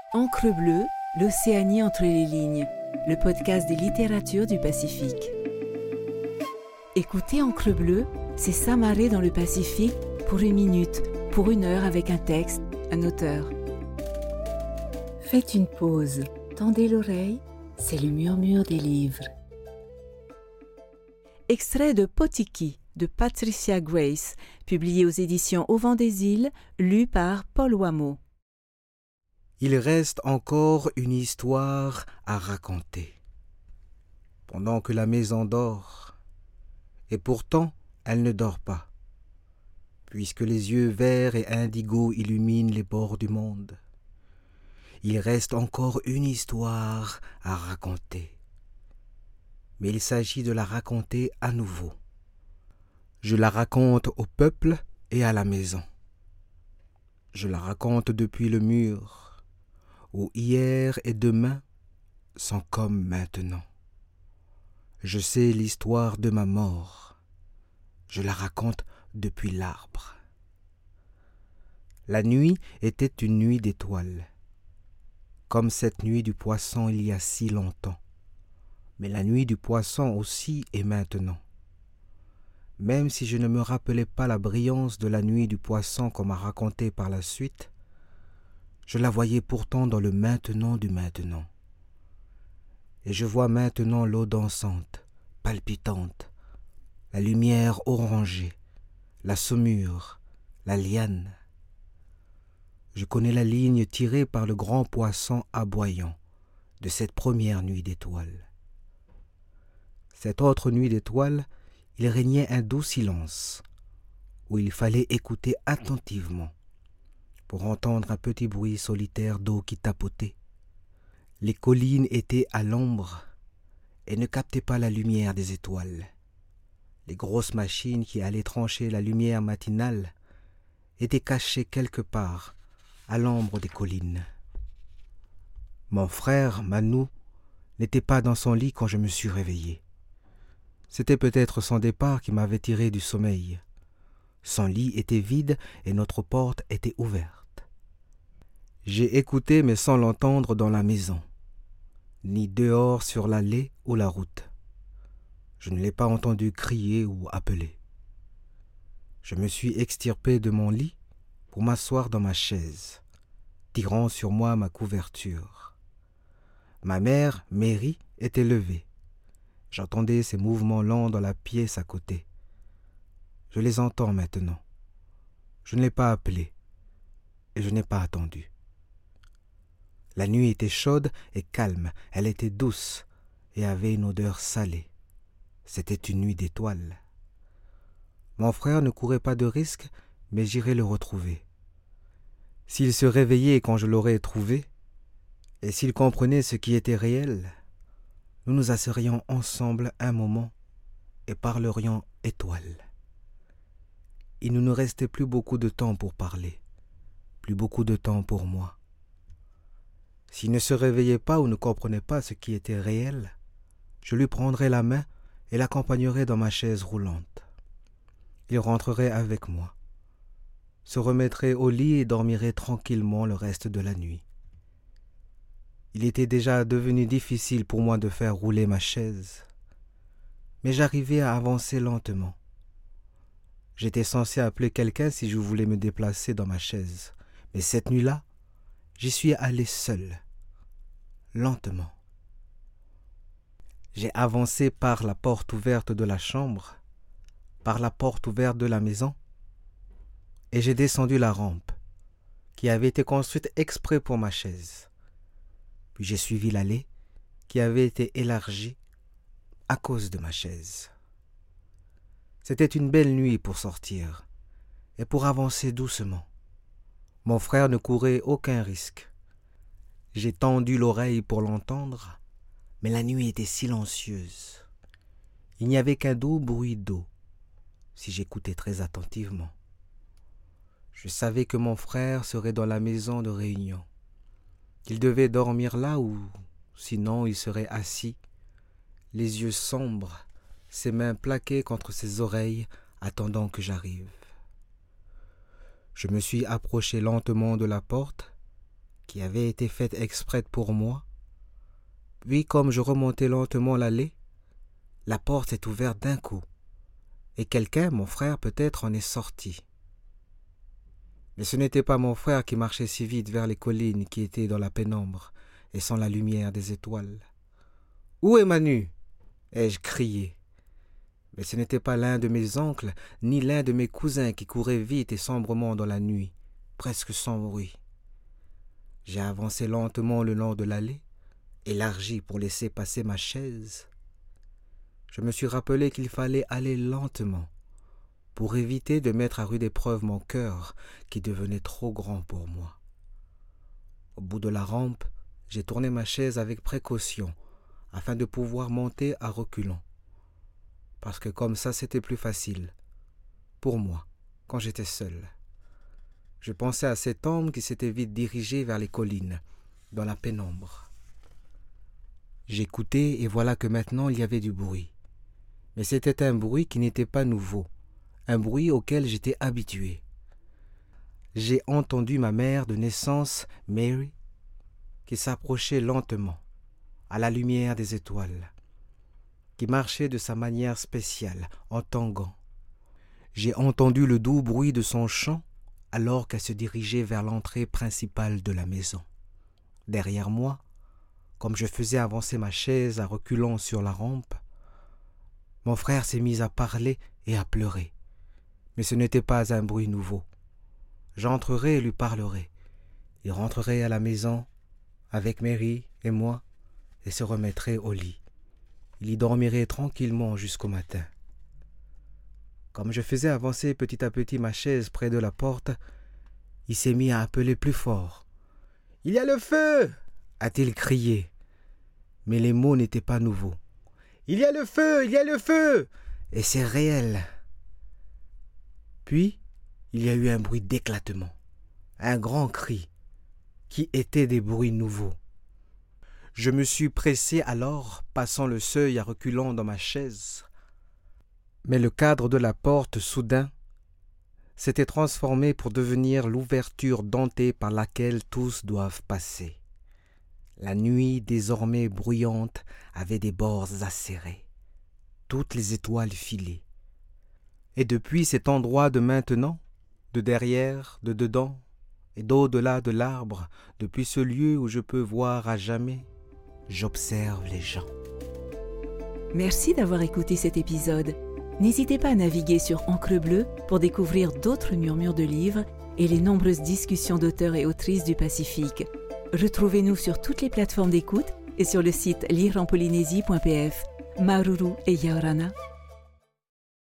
Encre bleue, l'Océanie entre les lignes, le podcast des littératures du Pacifique. Écoutez Encre bleue, c'est s'amarrer dans le Pacifique pour 1 minute, pour 1 heure avec un texte, un auteur. Faites une pause, tendez l'oreille, c'est le murmure des livres. Extrait de Potiki de Patricia Grace, publié aux éditions Au Vent des Îles, lu par Paul Wameau. Il reste encore une histoire à raconter. Pendant que la maison dort, et pourtant elle ne dort pas, puisque les yeux verts et indigo illuminent les bords du monde. Il reste encore une histoire à raconter. Mais il s'agit de la raconter à nouveau. Je la raconte au peuple et à la maison. Je la raconte depuis le mur, où hier et demain sont comme maintenant. Je sais l'histoire de ma mort. Je la raconte depuis l'arbre. La nuit était une nuit d'étoiles, comme cette nuit du poisson il y a si longtemps. Mais la nuit du poisson aussi est maintenant. Même si je ne me rappelais pas la brillance de la nuit du poisson qu'on m'a racontée par la suite, je la voyais pourtant dans le maintenant du maintenant. Et je vois maintenant l'eau dansante, palpitante, la lumière orangée, la saumure, la liane. Je connais la ligne tirée par le grand poisson aboyant de cette première nuit d'étoiles. Cette autre nuit d'étoiles, il régnait un doux silence, où il fallait écouter attentivement pour entendre un petit bruit solitaire d'eau qui tapotait. Les collines étaient à l'ombre et ne captaient pas la lumière des étoiles. Les grosses machines qui allaient trancher la lumière matinale étaient cachées quelque part à l'ombre des collines. Mon frère, Manou, n'était pas dans son lit quand je me suis réveillé. C'était peut-être son départ qui m'avait tiré du sommeil. Son lit était vide et notre porte était ouverte. J'ai écouté mais sans l'entendre dans la maison, ni dehors sur l'allée ou la route. Je ne l'ai pas entendu crier ou appeler. Je me suis extirpé de mon lit pour m'asseoir dans ma chaise, tirant sur moi ma couverture. Ma mère, Mary, était levée. J'entendais ses mouvements lents dans la pièce à côté. Je les entends maintenant. Je ne l'ai pas appelée et je n'ai pas attendu. La nuit était chaude et calme, elle était douce et avait une odeur salée. C'était une nuit d'étoiles. Mon frère ne courait pas de risque, mais j'irai le retrouver. S'il se réveillait quand je l'aurais trouvé, et s'il comprenait ce qui était réel, nous nous asserions ensemble un moment et parlerions étoiles. Il ne nous restait plus beaucoup de temps pour parler, plus beaucoup de temps pour moi. S'il ne se réveillait pas ou ne comprenait pas ce qui était réel, je lui prendrais la main et l'accompagnerais dans ma chaise roulante. Il rentrerait avec moi, se remettrait au lit et dormirait tranquillement le reste de la nuit. Il était déjà devenu difficile pour moi de faire rouler ma chaise, mais j'arrivais à avancer lentement. J'étais censé appeler quelqu'un si je voulais me déplacer dans ma chaise, mais cette nuit-là, j'y suis allé seul, lentement. J'ai avancé par la porte ouverte de la chambre, par la porte ouverte de la maison, et j'ai descendu la rampe, qui avait été construite exprès pour ma chaise. Puis j'ai suivi l'allée, qui avait été élargie à cause de ma chaise. C'était une belle nuit pour sortir et pour avancer doucement. Mon frère ne courait aucun risque. J'ai tendu l'oreille pour l'entendre, mais la nuit était silencieuse. Il n'y avait qu'un doux bruit d'eau, si j'écoutais très attentivement. Je savais que mon frère serait dans la maison de réunion, qu'il devait dormir là ou sinon il serait assis, les yeux sombres, ses mains plaquées contre ses oreilles, attendant que j'arrive. Je me suis approché lentement de la porte qui avait été faite exprès pour moi. Puis, comme je remontais lentement l'allée, la porte s'est ouverte d'un coup, et quelqu'un, mon frère peut-être, en est sorti. Mais ce n'était pas mon frère qui marchait si vite vers les collines qui étaient dans la pénombre et sans la lumière des étoiles. « Où est Manu ?» ai-je crié. Mais ce n'était pas l'un de mes oncles, ni l'un de mes cousins qui courait vite et sombrement dans la nuit, presque sans bruit. J'ai avancé lentement le long de l'allée, élargie pour laisser passer ma chaise. Je me suis rappelé qu'il fallait aller lentement, pour éviter de mettre à rude épreuve mon cœur qui devenait trop grand pour moi. Au bout de la rampe, j'ai tourné ma chaise avec précaution, afin de pouvoir monter à reculons. Parce que comme ça, c'était plus facile, pour moi, quand j'étais seul. Je pensais à cet homme qui s'était vite dirigé vers les collines, dans la pénombre. J'écoutais et voilà que maintenant il y avait du bruit. Mais c'était un bruit qui n'était pas nouveau, un bruit auquel j'étais habitué. J'ai entendu ma mère de naissance, Mary, qui s'approchait lentement, à la lumière des étoiles, qui marchait de sa manière spéciale, en tanguant. J'ai entendu le doux bruit de son chant alors qu'elle se dirigeait vers l'entrée principale de la maison. Derrière moi, comme je faisais avancer ma chaise à reculons sur la rampe, mon frère s'est mis à parler et à pleurer. Mais ce n'était pas un bruit nouveau. J'entrerai et lui parlerai. Il rentrerait à la maison avec Mary et moi et se remettrait au lit. Il y dormirait tranquillement jusqu'au matin. Comme je faisais avancer petit à petit ma chaise près de la porte, il s'est mis à appeler plus fort. « Il y a le feu !» a-t-il crié. Mais les mots n'étaient pas nouveaux. « Il y a le feu ! Il y a le feu !» Et c'est réel. Puis, il y a eu un bruit d'éclatement, un grand cri, qui étaient des bruits nouveaux. Je me suis pressé alors, passant le seuil à reculons dans ma chaise. Mais le cadre de la porte, soudain, s'était transformé pour devenir l'ouverture dentée par laquelle tous doivent passer. La nuit, désormais bruyante, avait des bords acérés. Toutes les étoiles filaient. Et depuis cet endroit de maintenant, de derrière, de dedans, et d'au-delà de l'arbre, depuis ce lieu où je peux voir à jamais, j'observe les gens. Merci d'avoir écouté cet épisode. N'hésitez pas à naviguer sur Encre Bleue pour découvrir d'autres murmures de livres et les nombreuses discussions d'auteurs et autrices du Pacifique. Retrouvez-nous sur toutes les plateformes d'écoute et sur le site lireenpolynésie.pf. Maruru et Yaorana.